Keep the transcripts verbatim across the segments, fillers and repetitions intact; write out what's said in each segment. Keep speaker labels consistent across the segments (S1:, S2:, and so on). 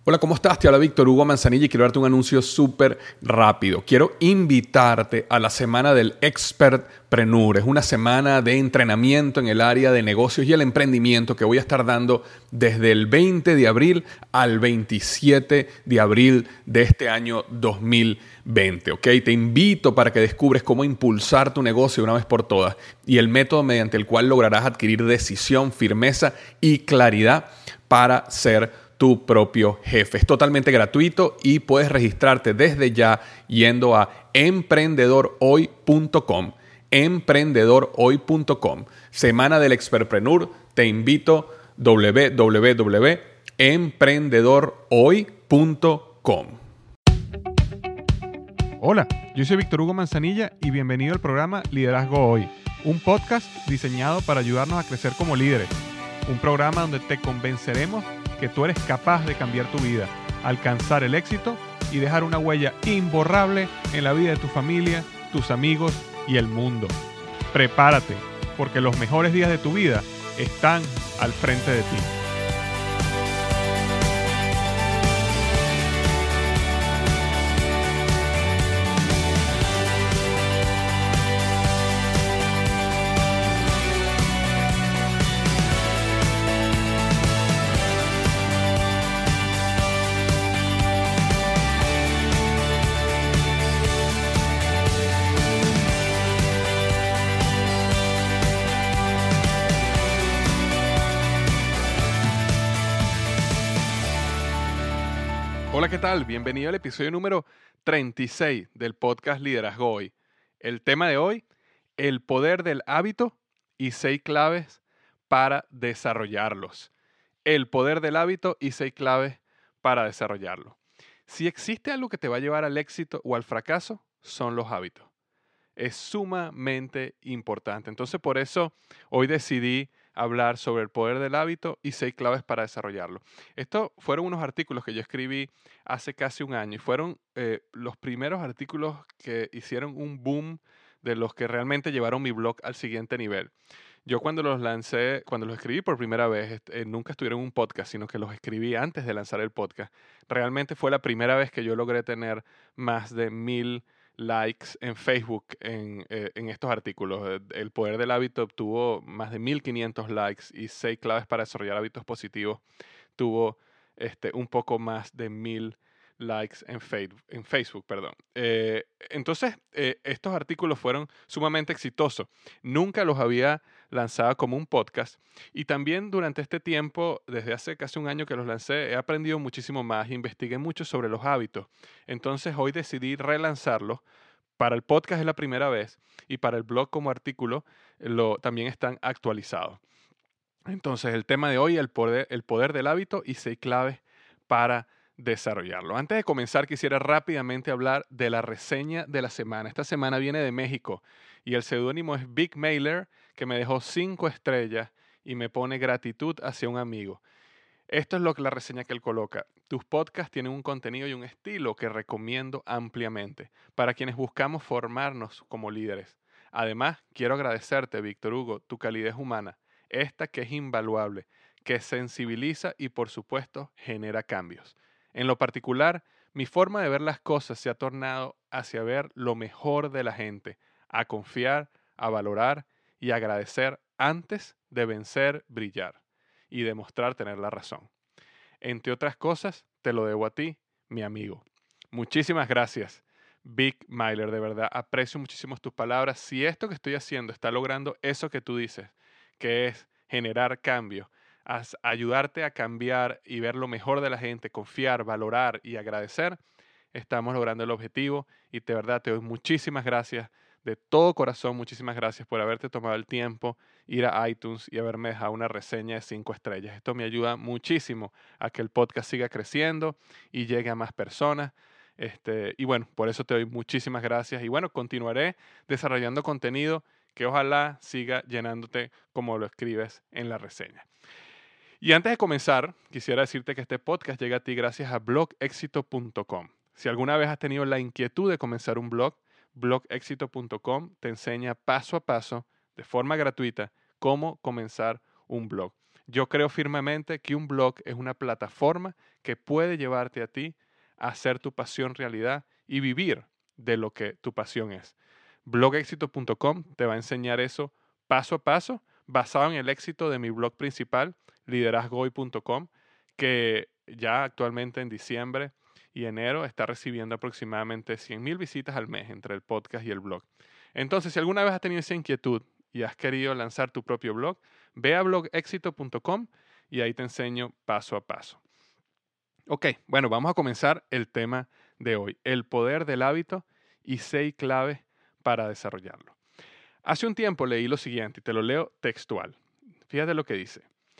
S1: Hola, ¿cómo estás? Te habla Víctor Hugo Manzanilla y quiero darte un anuncio súper rápido. Quiero invitarte a la semana del Expertpreneur. Es una semana de entrenamiento en el área de negocios y el emprendimiento que voy a estar dando desde el veinte de abril al veintisiete de abril de este año dos mil veinte. ¿Ok? Te invito para que descubres cómo impulsar tu negocio de una vez por todas y el método mediante el cual lograrás adquirir decisión, firmeza y claridad para ser tu propio jefe. Es totalmente gratuito y puedes registrarte desde ya yendo a emprendedor hoy punto com. emprendedor hoy punto com. Semana del Expertpreneur. Te invito w w w punto emprendedor hoy punto com.
S2: Hola, yo soy Víctor Hugo Manzanilla y bienvenido al programa Liderazgo Hoy, un podcast diseñado para ayudarnos a crecer como líderes. Un programa donde te convenceremos que tú eres capaz de cambiar tu vida, alcanzar el éxito y dejar una huella imborrable en la vida de tu familia, tus amigos y el mundo. Prepárate, porque los mejores días de tu vida están al frente de ti. Hola, ¿qué tal? Bienvenido al episodio número treinta y seis del podcast Liderazgo Hoy. El tema de hoy, el poder del hábito y seis claves para desarrollarlos. El poder del hábito y seis claves para desarrollarlo. Si existe algo que te va a llevar al éxito o al fracaso, son los hábitos. Es sumamente importante. Entonces, por eso hoy decidí hablar sobre el poder del hábito y seis claves para desarrollarlo. Estos fueron unos artículos que yo escribí hace casi un año y fueron eh, los primeros artículos que hicieron un boom de los que realmente llevaron mi blog al siguiente nivel. Yo cuando los lancé, cuando los escribí por primera vez, eh, nunca estuvieron en un podcast, sino que los escribí antes de lanzar el podcast. Realmente fue la primera vez que yo logré tener más de mil likes en Facebook en, eh, en estos artículos. El poder del hábito obtuvo más de mil quinientos likes y seis claves para desarrollar hábitos positivos tuvo este, un poco más de mil likes en Facebook. En Facebook perdón. Eh, entonces, eh, estos artículos fueron sumamente exitosos. Nunca los había lanzado como un podcast y también durante este tiempo, desde hace casi un año que los lancé, he aprendido muchísimo más, investigué mucho sobre los hábitos. Entonces, hoy decidí relanzarlos. Para el podcast es la primera vez y para el blog como artículo lo, también están actualizados. Entonces, el tema de hoy, el poder, el poder del hábito y seis claves para desarrollarlo. Antes de comenzar, quisiera rápidamente hablar de la reseña de la semana. Esta semana viene de México y el seudónimo es Vic Mailer, que me dejó cinco estrellas y me pone gratitud hacia un amigo. Esto es lo que la reseña que él coloca. Tus podcasts tienen un contenido y un estilo que recomiendo ampliamente para quienes buscamos formarnos como líderes. Además, quiero agradecerte, Víctor Hugo, tu calidez humana, esta que es invaluable, que sensibiliza y, por supuesto, genera cambios. En lo particular, mi forma de ver las cosas se ha tornado hacia ver lo mejor de la gente, a confiar, a valorar y agradecer antes de vencer, brillar y demostrar tener la razón. Entre otras cosas, te lo debo a ti, mi amigo. Muchísimas gracias, Vic Mailer, de verdad, aprecio muchísimo tus palabras. Si esto que estoy haciendo está logrando eso que tú dices, que es generar cambio, ayudarte a cambiar y ver lo mejor de la gente, confiar, valorar y agradecer, estamos logrando el objetivo y de verdad te doy muchísimas gracias. De todo corazón, muchísimas gracias por haberte tomado el tiempo, ir a iTunes y haberme dejado una reseña de cinco estrellas. Esto me ayuda muchísimo a que el podcast siga creciendo y llegue a más personas. Este, y bueno, por eso te doy muchísimas gracias. Y bueno, continuaré desarrollando contenido que ojalá siga llenándote como lo escribes en la reseña. Y antes de comenzar, quisiera decirte que este podcast llega a ti gracias a blog éxito punto com. Si alguna vez has tenido la inquietud de comenzar un blog, blog éxito punto com te enseña paso a paso, de forma gratuita, cómo comenzar un blog. Yo creo firmemente que un blog es una plataforma que puede llevarte a ti a hacer tu pasión realidad y vivir de lo que tu pasión es. blog éxito punto com te va a enseñar eso paso a paso, basado en el éxito de mi blog principal, liderazgo hoy punto com, que ya actualmente en diciembre y enero está recibiendo aproximadamente cien mil visitas al mes entre el podcast y el blog. Entonces, si alguna vez has tenido esa inquietud y has querido lanzar tu propio blog, ve a blog éxito punto com y ahí te enseño paso a paso. Ok, bueno, vamos a comenzar el tema de hoy, el poder del hábito y seis claves para desarrollarlo. Hace un tiempo leí lo siguiente y te lo leo textual. Fíjate lo que dice.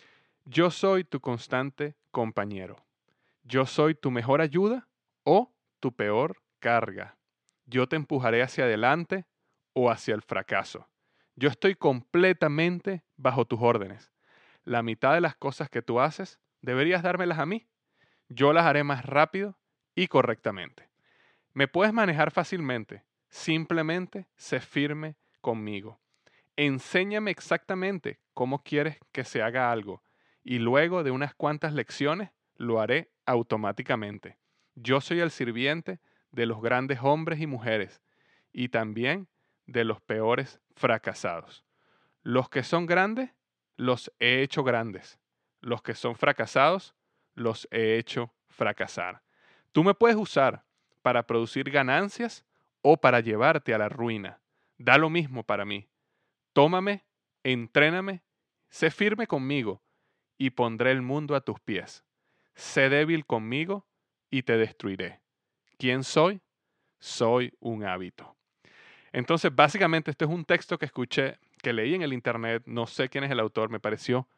S2: Yo soy tu constante compañero. Yo soy tu mejor ayuda o tu peor carga. Yo te empujaré hacia adelante o hacia el fracaso. Yo estoy completamente bajo tus órdenes. La mitad de las cosas que tú haces, deberías dármelas a mí. Yo las haré más rápido y correctamente. Me puedes manejar fácilmente. Simplemente sé firme conmigo. Enséñame exactamente cómo quieres que se haga algo y luego de unas cuantas lecciones lo haré automáticamente. Yo soy el sirviente de los grandes hombres y mujeres y también de los peores fracasados. Los que son grandes, los he hecho grandes. Los que son fracasados, los he hecho fracasar. Tú me puedes usar para producir ganancias o para llevarte a la ruina. Da lo mismo para mí. Tómame, entréname, sé firme conmigo y pondré el mundo a tus pies. Sé débil conmigo y te destruiré. ¿Quién soy? Soy un hábito. Entonces, básicamente, este es un texto que escuché, que leí en el internet, no sé quién es el autor, me pareció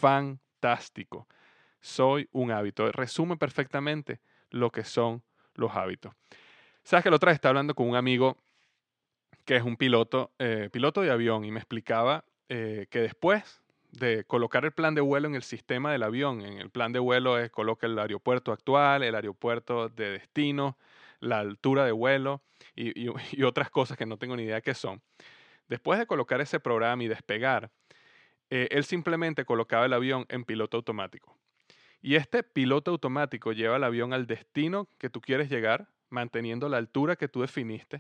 S2: fantástico. Soy un hábito. Resume perfectamente lo que son los hábitos. Sabes que la otra vez estaba hablando con un amigo que es un piloto, eh, piloto de avión y me explicaba eh, que después de colocar el plan de vuelo en el sistema del avión, en el plan de vuelo es coloca el aeropuerto actual, el aeropuerto de destino, la altura de vuelo y, y, y otras cosas que no tengo ni idea qué son. Después de colocar ese programa y despegar, eh, él simplemente colocaba el avión en piloto automático. Y este piloto automático lleva el avión al destino que tú quieres llegar, manteniendo la altura que tú definiste.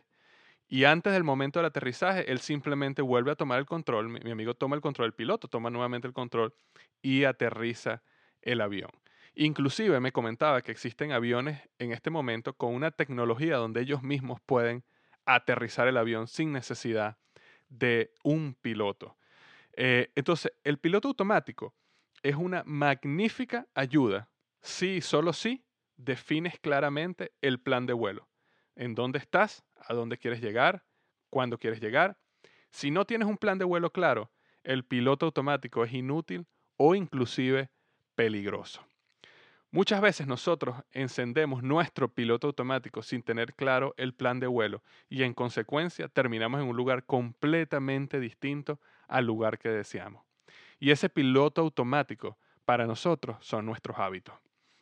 S2: Y antes del momento del aterrizaje, él simplemente vuelve a tomar el control. Mi, mi amigo toma el control, el piloto toma nuevamente el control y aterriza el avión. Inclusive me comentaba que existen aviones en este momento con una tecnología donde ellos mismos pueden aterrizar el avión sin necesidad de un piloto. Eh, entonces, el piloto automático es una magnífica ayuda si, solo si, defines claramente el plan de vuelo. En dónde estás, a dónde quieres llegar, cuándo quieres llegar. Si no tienes un plan de vuelo claro, el piloto automático es inútil o inclusive peligroso. Muchas veces nosotros encendemos nuestro piloto automático sin tener claro el plan de vuelo y en consecuencia terminamos en un lugar completamente distinto al lugar que deseamos. Y ese piloto automático para nosotros son nuestros hábitos.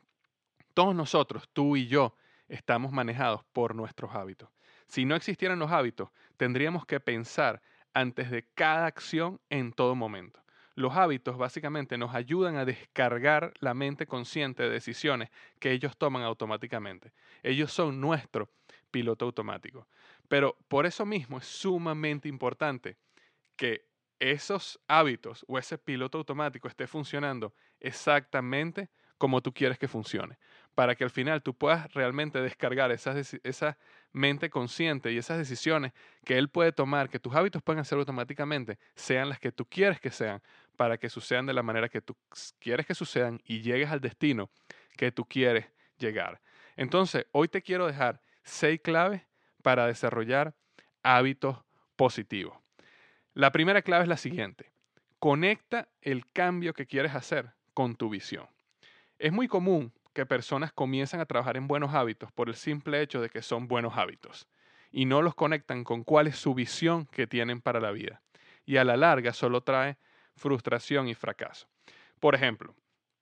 S2: Todos nosotros, tú y yo, estamos manejados por nuestros hábitos. Si no existieran los hábitos, tendríamos que pensar antes de cada acción en todo momento. Los hábitos básicamente nos ayudan a descargar la mente consciente de decisiones que ellos toman automáticamente. Ellos son nuestro piloto automático. Pero por eso mismo es sumamente importante que esos hábitos o ese piloto automático esté funcionando exactamente como tú quieres que funcione, para que al final tú puedas realmente descargar esas, esa mente consciente y esas decisiones que él puede tomar, que tus hábitos pueden hacer automáticamente, sean las que tú quieres que sean, para que sucedan de la manera que tú quieres que sucedan y llegues al destino que tú quieres llegar. Entonces, hoy te quiero dejar seis claves para desarrollar hábitos positivos. La primera clave es la siguiente. Conecta el cambio que quieres hacer con tu visión. Es muy común que personas comiencen a trabajar en buenos hábitos por el simple hecho de que son buenos hábitos y no los conectan con cuál es su visión que tienen para la vida. Y a la larga solo trae frustración y fracaso. Por ejemplo,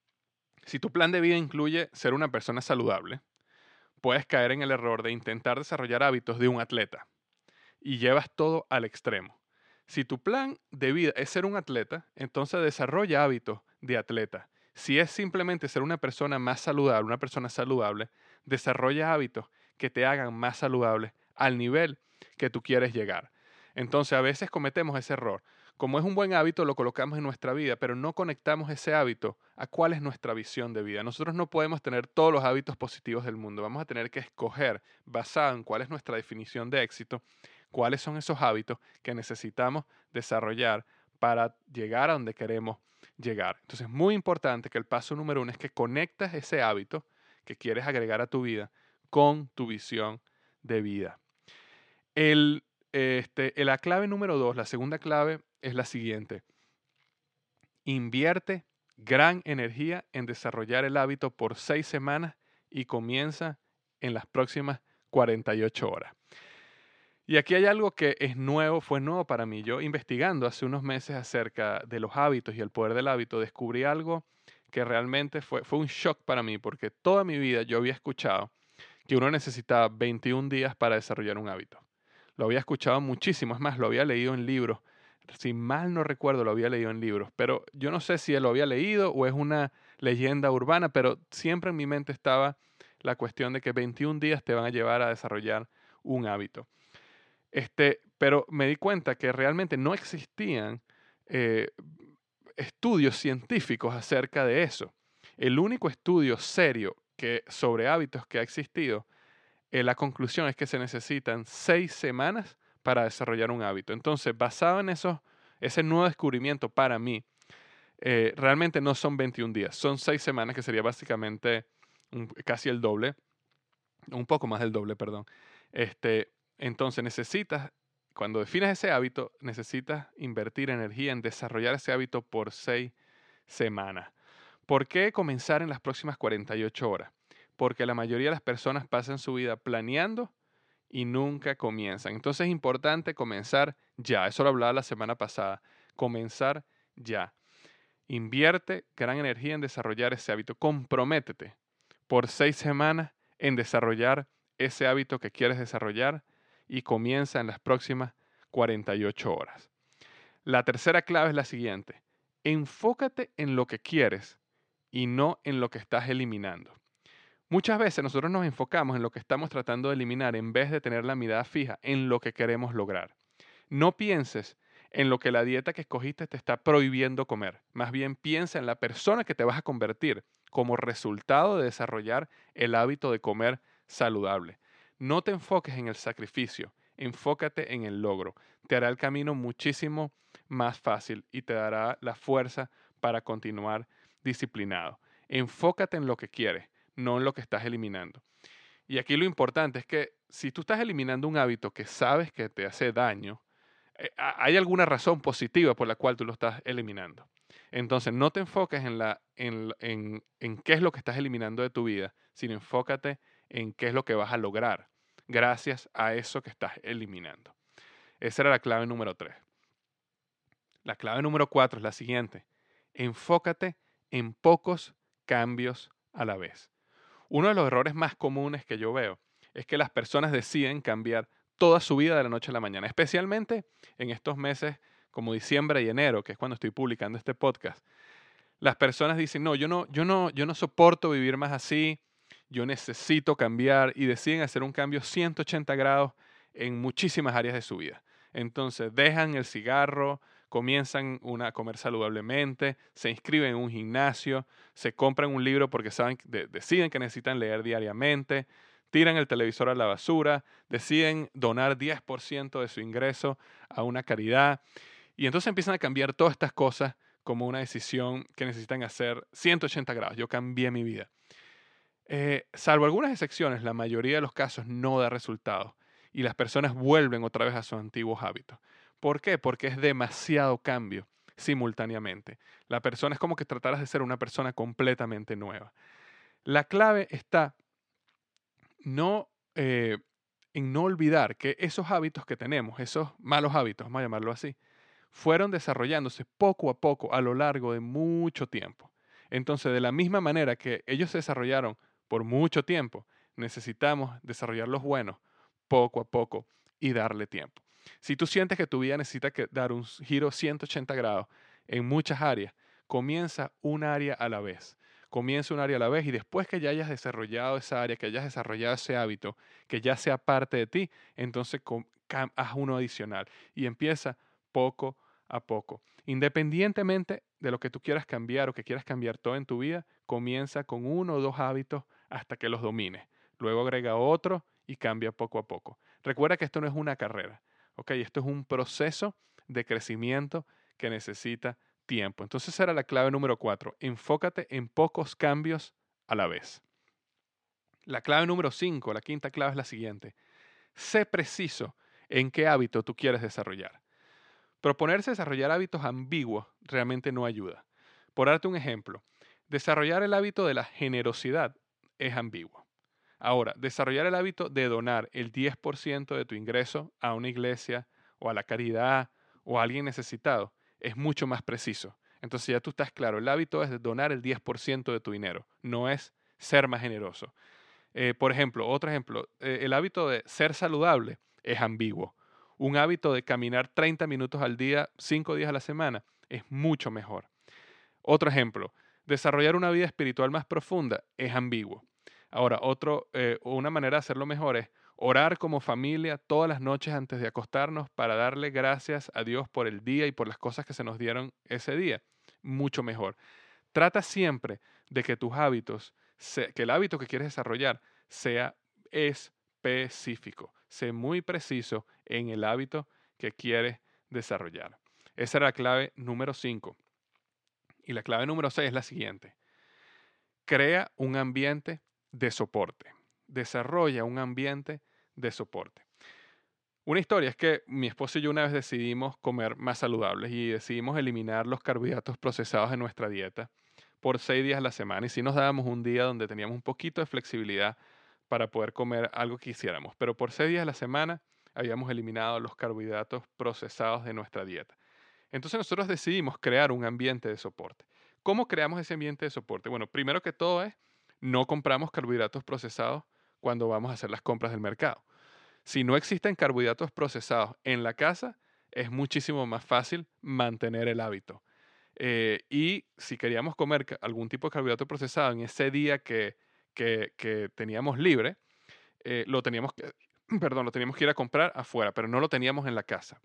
S2: si tu plan de vida incluye ser una persona saludable, puedes caer en el error de intentar desarrollar hábitos de un atleta y llevas todo al extremo. Si tu plan de vida es ser un atleta, entonces desarrolla hábitos de atleta. Si es simplemente ser una persona más saludable, una persona saludable, desarrolla hábitos que te hagan más saludable al nivel que tú quieres llegar. Entonces a veces cometemos ese error. Como es un buen hábito, lo colocamos en nuestra vida, pero no conectamos ese hábito a cuál es nuestra visión de vida. Nosotros no podemos tener todos los hábitos positivos del mundo. Vamos a tener que escoger, basado en cuál es nuestra definición de éxito, cuáles son esos hábitos que necesitamos desarrollar para llegar a donde queremos llegar. Entonces es muy importante que el paso número uno es que conectes ese hábito que quieres agregar a tu vida con tu visión de vida. El, este, la clave número dos, la segunda clave es la siguiente. Invierte gran energía en desarrollar el hábito por seis semanas y comienza en las próximas cuarenta y ocho horas. Y aquí hay algo que es nuevo, fue nuevo para mí. Yo investigando hace unos meses acerca de los hábitos y el poder del hábito, descubrí algo que realmente fue, fue un shock para mí, porque toda mi vida yo había escuchado que uno necesitaba veintiún días para desarrollar un hábito. Lo había escuchado muchísimo, es más, lo había leído en libros. Si mal no recuerdo, lo había leído en libros, pero yo no sé si él lo había leído o es una leyenda urbana, pero siempre en mi mente estaba la cuestión de que veintiún días te van a llevar a desarrollar un hábito. Este, pero me di cuenta que realmente no existían eh, estudios científicos acerca de eso. El único estudio serio que, sobre hábitos que ha existido, eh, la conclusión es que se necesitan seis semanas para desarrollar un hábito. Entonces, basado en eso, ese nuevo descubrimiento para mí, eh, realmente no son veintiún días, son seis semanas, que sería básicamente un, casi el doble, un poco más del doble, perdón. Este, entonces necesitas, cuando defines ese hábito, necesitas invertir energía en desarrollar ese hábito por seis semanas. ¿Por qué comenzar en las próximas cuarenta y ocho horas? Porque la mayoría de las personas pasan su vida planeando y nunca comienzan. Entonces es importante comenzar ya. Eso lo hablaba la semana pasada. Comenzar ya. Invierte gran energía en desarrollar ese hábito. Comprométete por seis semanas en desarrollar ese hábito que quieres desarrollar y comienza en las próximas cuarenta y ocho horas. La tercera clave es la siguiente. Enfócate en lo que quieres y no en lo que estás eliminando. Muchas veces nosotros nos enfocamos en lo que estamos tratando de eliminar en vez de tener la mirada fija en lo que queremos lograr. No pienses en lo que la dieta que escogiste te está prohibiendo comer. Más bien piensa en la persona que te vas a convertir como resultado de desarrollar el hábito de comer saludable. No te enfoques en el sacrificio, enfócate en el logro. Te hará el camino muchísimo más fácil y te dará la fuerza para continuar disciplinado. Enfócate en lo que quieres, no en lo que estás eliminando. Y aquí lo importante es que si tú estás eliminando un hábito que sabes que te hace daño, eh, hay alguna razón positiva por la cual tú lo estás eliminando. Entonces, no te enfoques en, la, en, en, en qué es lo que estás eliminando de tu vida, sino enfócate en qué es lo que vas a lograr gracias a eso que estás eliminando. Esa era la clave número tres. La clave número cuatro es la siguiente. Enfócate en pocos cambios a la vez. Uno de los errores más comunes que yo veo es que las personas deciden cambiar toda su vida de la noche a la mañana, especialmente en estos meses como diciembre y enero, que es cuando estoy publicando este podcast. Las personas dicen, no, yo no, yo no, yo no soporto vivir más así, yo necesito cambiar y deciden hacer un cambio ciento ochenta grados en muchísimas áreas de su vida. Entonces dejan el cigarro, comienzan una, a comer saludablemente, se inscriben en un gimnasio, se compran un libro porque saben, de, deciden que necesitan leer diariamente, tiran el televisor a la basura, deciden donar diez por ciento de su ingreso a una caridad y entonces empiezan a cambiar todas estas cosas como una decisión que necesitan hacer ciento ochenta grados. Yo cambié mi vida. Eh, salvo algunas excepciones, la mayoría de los casos no da resultados y las personas vuelven otra vez a sus antiguos hábitos. ¿Por qué? Porque es demasiado cambio simultáneamente. La persona es como que trataras de ser una persona completamente nueva. La clave está no, eh, en no olvidar que esos hábitos que tenemos, esos malos hábitos, vamos a llamarlo así, fueron desarrollándose poco a poco a lo largo de mucho tiempo. Entonces, de la misma manera que ellos se desarrollaron por mucho tiempo, necesitamos desarrollar los buenos poco a poco y darle tiempo. Si tú sientes que tu vida necesita que dar un giro ciento ochenta grados en muchas áreas, comienza un área a la vez. Comienza un área a la vez y después que ya hayas desarrollado esa área, que hayas desarrollado ese hábito, que ya sea parte de ti, entonces haz uno adicional y empieza poco a poco. Independientemente de lo que tú quieras cambiar o que quieras cambiar todo en tu vida, comienza con uno o dos hábitos hasta que los domines. Luego agrega otro y cambia poco a poco. Recuerda que esto no es una carrera, ¿ok? Esto es un proceso de crecimiento que necesita tiempo. Entonces era la clave número cuatro. Enfócate en pocos cambios a la vez. La clave número cinco, la quinta clave es la siguiente. Sé preciso en qué hábito tú quieres desarrollar. Proponerse desarrollar hábitos ambiguos realmente no ayuda. Por darte un ejemplo, desarrollar el hábito de la generosidad es ambiguo. Ahora, desarrollar el hábito de donar el diez por ciento de tu ingreso a una iglesia o a la caridad o a alguien necesitado es mucho más preciso. Entonces ya tú estás claro, el hábito es de donar el diez por ciento de tu dinero, no es ser más generoso. Eh, por ejemplo, otro ejemplo, eh, el hábito de ser saludable es ambiguo. Un hábito de caminar treinta minutos al día, cinco días a la semana, es mucho mejor. Otro ejemplo, desarrollar una vida espiritual más profunda es ambiguo. Ahora, otro, eh, una manera de hacerlo mejor es orar como familia todas las noches antes de acostarnos para darle gracias a Dios por el día y por las cosas que se nos dieron ese día. Mucho mejor. Trata siempre de que tus hábitos, se, que el hábito que quieres desarrollar sea específico. Sé muy preciso en el hábito que quieres desarrollar. Esa era la clave número cinco. Y la clave número seis es la siguiente. Crea un ambiente de soporte. Desarrolla un ambiente de soporte. Una historia es que mi esposo y yo una vez decidimos comer más saludables y decidimos eliminar los carbohidratos procesados de nuestra dieta por seis días a la semana. Y sí nos dábamos un día donde teníamos un poquito de flexibilidad para poder comer algo que quisiéramos. Pero por seis días a la semana habíamos eliminado los carbohidratos procesados de nuestra dieta. Entonces nosotros decidimos crear un ambiente de soporte. ¿Cómo creamos ese ambiente de soporte? Bueno, primero que todo es, no compramos carbohidratos procesados cuando vamos a hacer las compras del mercado. Si no existen carbohidratos procesados en la casa, es muchísimo más fácil mantener el hábito. Eh, y si queríamos comer algún tipo de carbohidrato procesado en ese día que, que, que teníamos libre, eh, lo teníamos que, perdón, lo teníamos que ir a comprar afuera, pero no lo teníamos en la casa.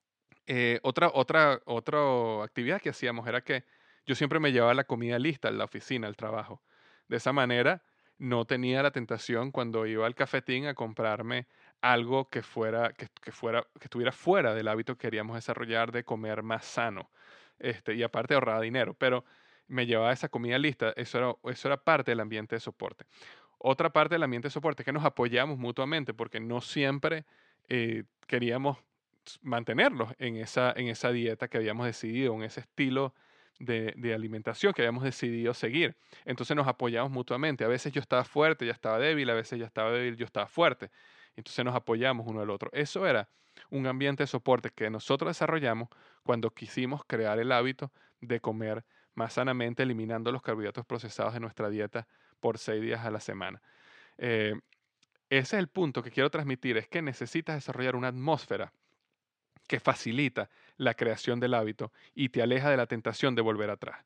S2: Eh, otra, otra, otra actividad que hacíamos era que yo siempre me llevaba la comida lista en la oficina, al trabajo. De esa manera no tenía la tentación cuando iba al cafetín a comprarme algo que fuera, que, que fuera, que estuviera fuera del hábito que queríamos desarrollar de comer más sano. Este, y aparte ahorraba dinero, pero me llevaba esa comida lista, eso era, eso era parte del ambiente de soporte. Otra parte del ambiente de soporte es que nos apoyamos mutuamente porque no siempre eh, queríamos mantenerlos en esa, en esa dieta que habíamos decidido, en ese estilo de, de alimentación que habíamos decidido seguir. Entonces nos apoyamos mutuamente. A veces yo estaba fuerte, ella estaba débil, a veces ella estaba débil, yo estaba fuerte. Entonces nos apoyamos uno al otro. Eso era un ambiente de soporte que nosotros desarrollamos cuando quisimos crear el hábito de comer más sanamente, eliminando los carbohidratos procesados de nuestra dieta por seis días a la semana. Eh, ese es el punto que quiero transmitir, es que necesitas desarrollar una atmósfera que facilita la creación del hábito y te aleja de la tentación de volver atrás.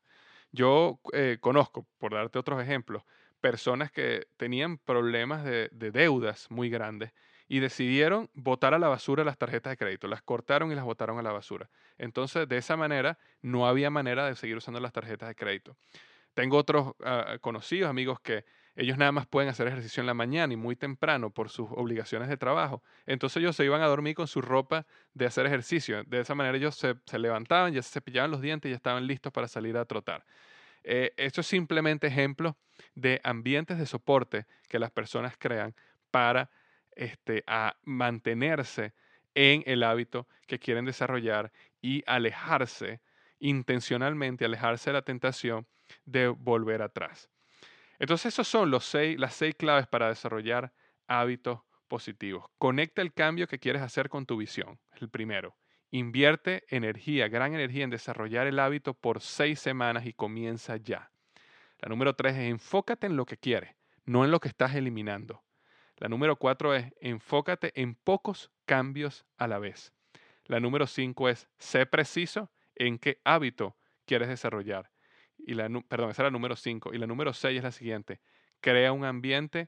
S2: Yo eh, conozco, por darte otros ejemplos, personas que tenían problemas de, de deudas muy grandes y decidieron botar a la basura las tarjetas de crédito, las cortaron y las botaron a la basura. Entonces, de esa manera, no había manera de seguir usando las tarjetas de crédito. Tengo otros uh, conocidos, amigos, que ellos nada más pueden hacer ejercicio en la mañana y muy temprano por sus obligaciones de trabajo. Entonces ellos se iban a dormir con su ropa de hacer ejercicio. De esa manera ellos se, se levantaban, ya se cepillaban los dientes y ya estaban listos para salir a trotar. Eh, esto es simplemente ejemplo de ambientes de soporte que las personas crean para este, a mantenerse en el hábito que quieren desarrollar y alejarse intencionalmente, alejarse de la tentación de volver atrás. Entonces, esos son los seis, las seis claves para desarrollar hábitos positivos. Conecta el cambio que quieres hacer con tu visión. El primero. Invierte energía, gran energía en desarrollar el hábito por seis semanas y comienza ya. La número tres es enfócate en lo que quieres, no en lo que estás eliminando. La número cuatro es enfócate en pocos cambios a la vez. La número cinco es sé preciso en qué hábito quieres desarrollar. Y la, nu- perdón, esa era la número cinco. Y la número seis es la siguiente. Crea un ambiente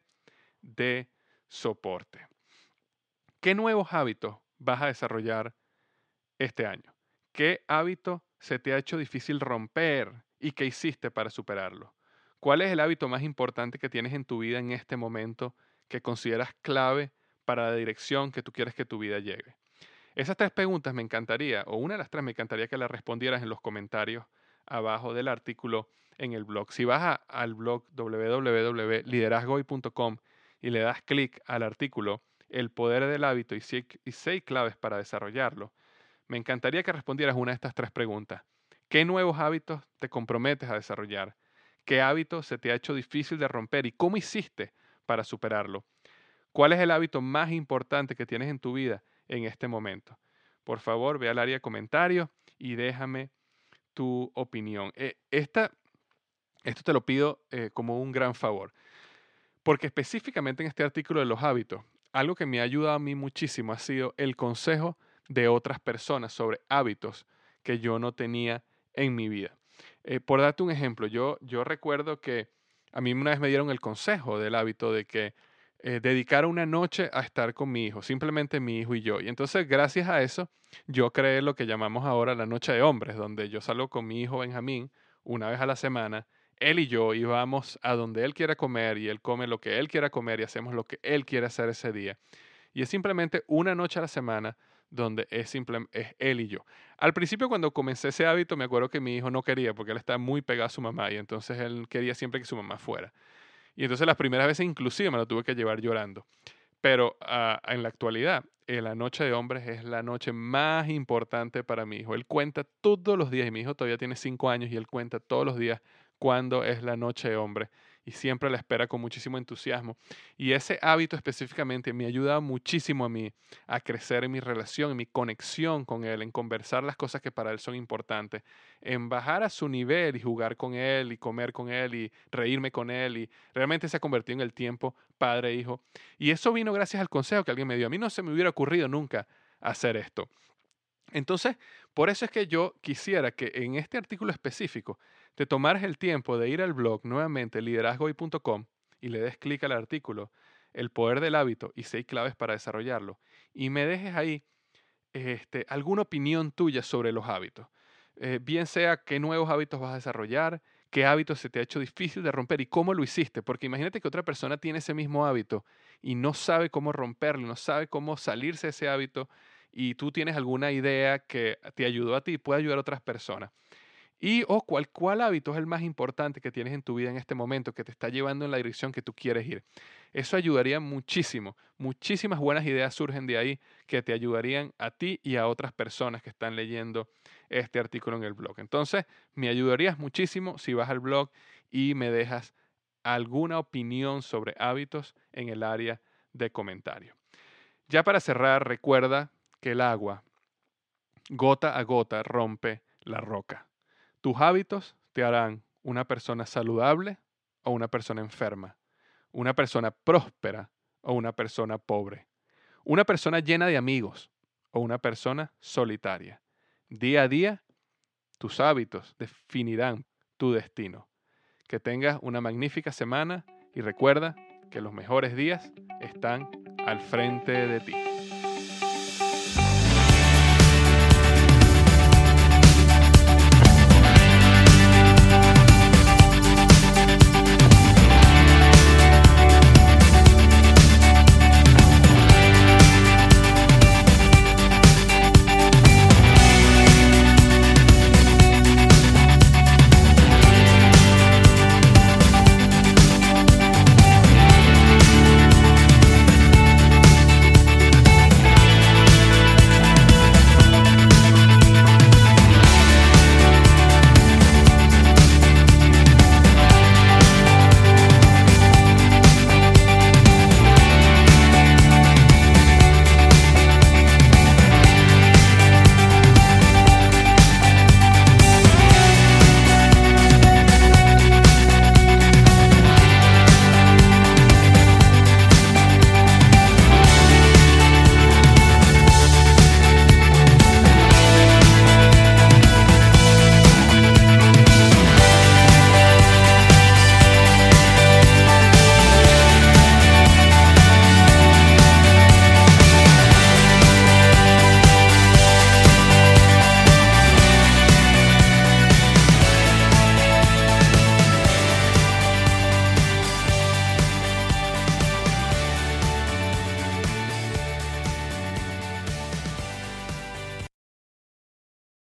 S2: de soporte. ¿Qué nuevos hábitos vas a desarrollar este año? ¿Qué hábito se te ha hecho difícil romper y qué hiciste para superarlo? ¿Cuál es el hábito más importante que tienes en tu vida en este momento que consideras clave para la dirección que tú quieres que tu vida llegue? Esas tres preguntas me encantaría, o una de las tres me encantaría que las respondieras en los comentarios abajo del artículo en el blog. Si vas a- al blog w w w punto liderazgo hoy punto com y le das clic al artículo El poder del hábito y seis, y seis claves para desarrollarlo, me encantaría que respondieras una de estas tres preguntas. ¿Qué nuevos hábitos te comprometes a desarrollar? ¿Qué hábito se te ha hecho difícil de romper y cómo hiciste para superarlo? ¿Cuál es el hábito más importante que tienes en tu vida en este momento? Por favor, ve al área de comentarios y déjame tu opinión. Eh, esta, esto te lo pido eh, como un gran favor, porque específicamente en este artículo de los hábitos, algo que me ha ayudado a mí muchísimo ha sido el consejo de otras personas sobre hábitos que yo no tenía en mi vida. Eh, por darte un ejemplo, yo, yo recuerdo que a mí una vez me dieron el consejo del hábito de que eh, dedicara una noche a estar con mi hijo, simplemente mi hijo y yo. Y entonces, gracias a eso, yo creé lo que llamamos ahora la noche de hombres, donde yo salgo con mi hijo Benjamín una vez a la semana. Él y yo íbamos a donde él quiera comer y él come lo que él quiera comer y hacemos lo que él quiera hacer ese día. Y es simplemente una noche a la semana donde es, simple, es él y yo. Al principio cuando comencé ese hábito me acuerdo que mi hijo no quería porque él estaba muy pegado a su mamá y entonces él quería siempre que su mamá fuera. Y entonces las primeras veces inclusive me lo tuve que llevar llorando. Pero uh, en la actualidad, eh, la noche de hombres es la noche más importante para mi hijo. Él cuenta todos los días, y mi hijo todavía tiene cinco años, y él cuenta todos los días cuándo es la noche de hombres. Y siempre la espera con muchísimo entusiasmo. Y ese hábito específicamente me ayuda muchísimo a mí a crecer en mi relación, en mi conexión con él, en conversar las cosas que para él son importantes, en bajar a su nivel y jugar con él y comer con él y reírme con él. Y realmente se ha convertido en el tiempo padre-hijo. Y eso vino gracias al consejo que alguien me dio. A mí no se me hubiera ocurrido nunca hacer esto. Entonces, por eso es que yo quisiera que en este artículo específico te tomaras el tiempo de ir al blog nuevamente liderazgo hoy punto com y le des clic al artículo El poder del hábito y seis claves para desarrollarlo y me dejes ahí este, alguna opinión tuya sobre los hábitos. Eh, bien sea qué nuevos hábitos vas a desarrollar, qué hábitos se te ha hecho difícil de romper y cómo lo hiciste. Porque imagínate que otra persona tiene ese mismo hábito y no sabe cómo romperlo, no sabe cómo salirse de ese hábito y tú tienes alguna idea que te ayudó a ti y puede ayudar a otras personas. Y o cuál, cuál hábito es el más importante que tienes en tu vida en este momento que te está llevando en la dirección que tú quieres ir. Eso ayudaría muchísimo. Muchísimas buenas ideas surgen de ahí que te ayudarían a ti y a otras personas que están leyendo este artículo en el blog. Entonces, me ayudarías muchísimo si vas al blog y me dejas alguna opinión sobre hábitos en el área de comentarios. Ya para cerrar, recuerda que el agua, gota a gota, rompe la roca. Tus hábitos te harán una persona saludable o una persona enferma, una persona próspera o una persona pobre, una persona llena de amigos o una persona solitaria. Día a día, tus hábitos definirán tu destino. Que tengas una magnífica semana y recuerda que los mejores días están al frente de ti.